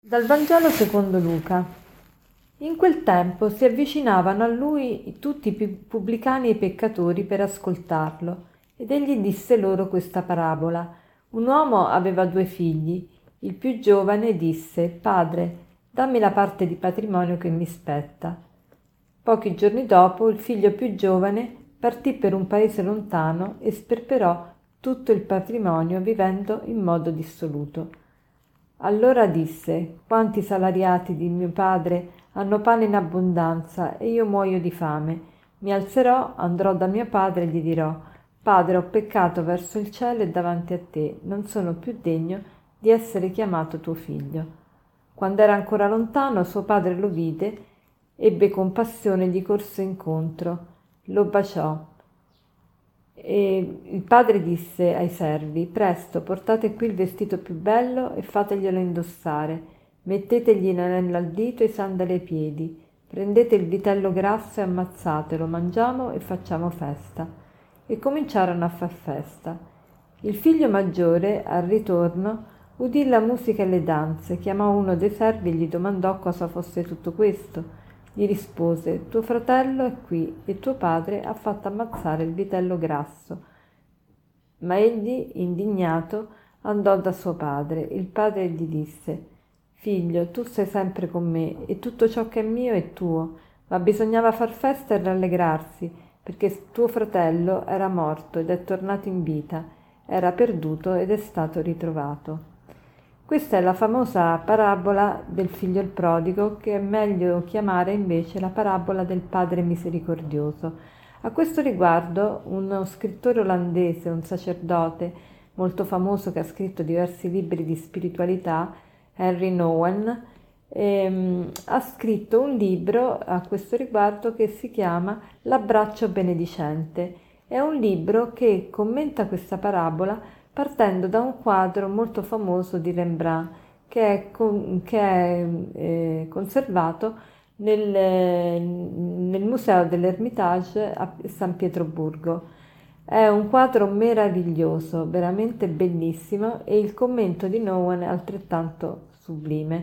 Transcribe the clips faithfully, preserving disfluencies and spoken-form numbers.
Dal Vangelo secondo Luca. In quel tempo si avvicinavano a lui tutti i pubblicani e i peccatori per ascoltarlo, ed egli disse loro questa parabola. Un uomo aveva due figli. Il più giovane disse: Padre, dammi la parte di patrimonio che mi spetta. Pochi giorni dopo il figlio più giovane partì per un paese lontano e sperperò tutto il patrimonio vivendo in modo dissoluto. Allora disse: quanti salariati di mio padre hanno pane in abbondanza e io muoio di fame. Mi alzerò, andrò da mio padre e gli dirò: Padre, ho peccato verso il cielo e davanti a te, non sono più degno di essere chiamato tuo figlio. Quando era ancora lontano, suo padre lo vide, ebbe compassione e gli corse incontro, lo baciò. E il padre disse ai servi: Presto, portate qui il vestito più bello e fateglielo indossare. Mettetegli l'anello al dito e i sandali ai piedi. Prendete il vitello grasso e ammazzatelo, mangiamo e facciamo festa. E cominciarono a far festa. Il figlio maggiore, al ritorno, udì la musica e le danze, chiamò uno dei servi e gli domandò cosa fosse tutto questo. Gli rispose: tuo fratello è qui e tuo padre ha fatto ammazzare il vitello grasso. Ma egli, indignato, andò da suo padre. Il padre gli disse: Figlio, tu sei sempre con me e tutto ciò che è mio è tuo, ma bisognava far festa e rallegrarsi, perché tuo fratello era morto ed è tornato in vita, era perduto ed è stato ritrovato. Questa è la famosa parabola del figlio il prodigo, che è meglio chiamare invece la parabola del padre misericordioso. A questo riguardo uno scrittore olandese, un sacerdote molto famoso che ha scritto diversi libri di spiritualità, Henry Nouwen, ehm, ha scritto un libro a questo riguardo che si chiama L'abbraccio benedicente. È un libro che commenta questa parabola partendo da un quadro molto famoso di Rembrandt che è, con, che è eh, conservato nel, nel Museo dell'Ermitage a San Pietroburgo. È un quadro meraviglioso, veramente bellissimo, e il commento di Nouwen è altrettanto sublime.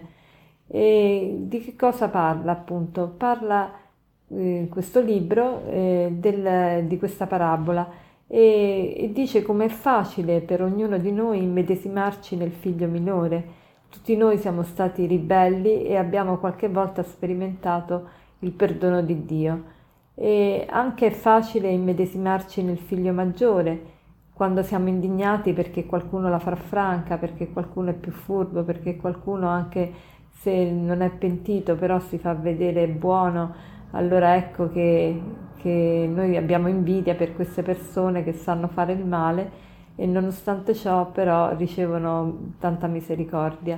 E di che cosa parla? Appunto, parla eh, questo libro eh, del, di questa parabola e, e dice com'è facile per ognuno di noi immedesimarci nel figlio minore. Tutti noi siamo stati ribelli e abbiamo qualche volta sperimentato il perdono di Dio. E anche è facile immedesimarci nel figlio maggiore, quando siamo indignati perché qualcuno la fa franca, perché qualcuno è più furbo, perché qualcuno, anche se non è pentito, però si fa vedere buono. Allora ecco che, che noi abbiamo invidia per queste persone che sanno fare il male e nonostante ciò però ricevono tanta misericordia.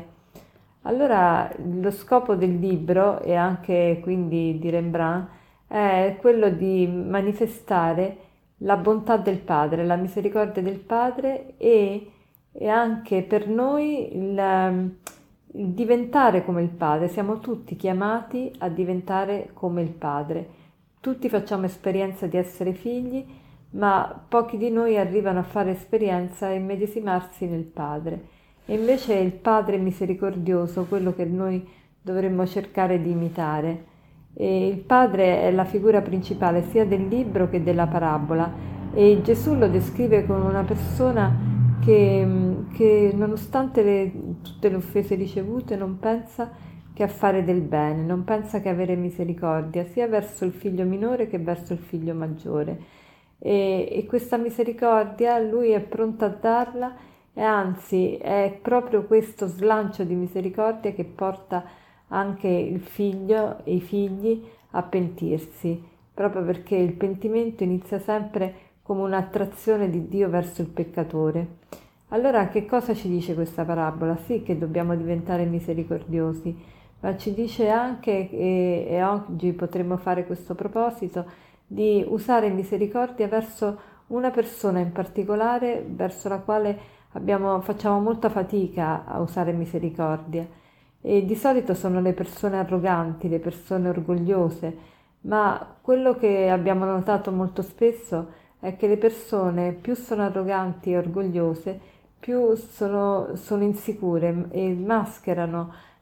Allora lo scopo del libro, e anche quindi di Rembrandt, è quello di manifestare la bontà del Padre, la misericordia del Padre e, e anche per noi il, il diventare come il Padre. Siamo tutti chiamati a diventare come il Padre. Tutti facciamo esperienza di essere figli, ma pochi di noi arrivano a fare esperienza e immedesimarsi nel Padre. E invece è il Padre misericordioso quello che noi dovremmo cercare di imitare. E il Padre è la figura principale sia del libro che della parabola, e Gesù lo descrive come una persona che, che nonostante le, tutte le offese ricevute non pensa che a fare del bene, non pensa che avere misericordia sia verso il figlio minore che verso il figlio maggiore, e, e questa misericordia lui è pronto a darla, e anzi è proprio questo slancio di misericordia che porta anche il figlio e i figli a pentirsi, proprio perché il pentimento inizia sempre come un'attrazione di Dio verso il peccatore. Allora che cosa ci dice questa parabola? Sì che dobbiamo diventare misericordiosi, ma ci dice anche, e, e oggi potremmo fare questo proposito, di usare misericordia verso una persona in particolare verso la quale abbiamo, facciamo molta fatica a usare misericordia. E di solito sono le persone arroganti, le persone orgogliose, ma quello che abbiamo notato molto spesso è che le persone più sono arroganti e orgogliose, più sono, sono insicure e mascherano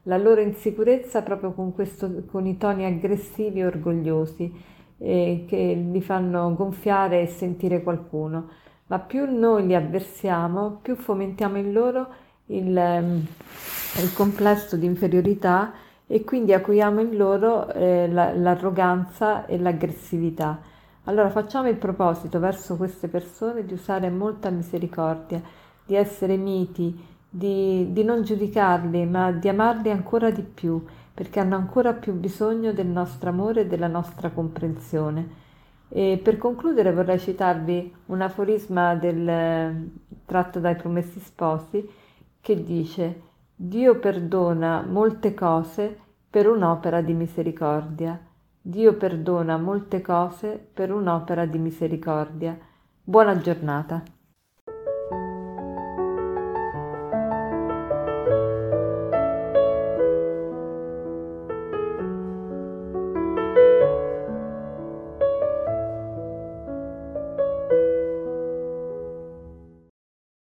la loro insicurezza proprio con, questo, con i toni aggressivi e orgogliosi eh, che li fanno gonfiare e sentire qualcuno. Ma più noi li avversiamo, più fomentiamo in loro il, ehm, il complesso di inferiorità e quindi acuiamo in loro eh, la- l'arroganza e l'aggressività. Allora facciamo il proposito verso queste persone di usare molta misericordia, di essere miti, di, di non giudicarli, ma di amarli ancora di più, perché hanno ancora più bisogno del nostro amore e della nostra comprensione. E per concludere vorrei citarvi un aforisma del, tratto dai Promessi Sposi che dice: Dio perdona molte cose per un'opera di misericordia. Dio perdona molte cose per un'opera di misericordia. Buona giornata.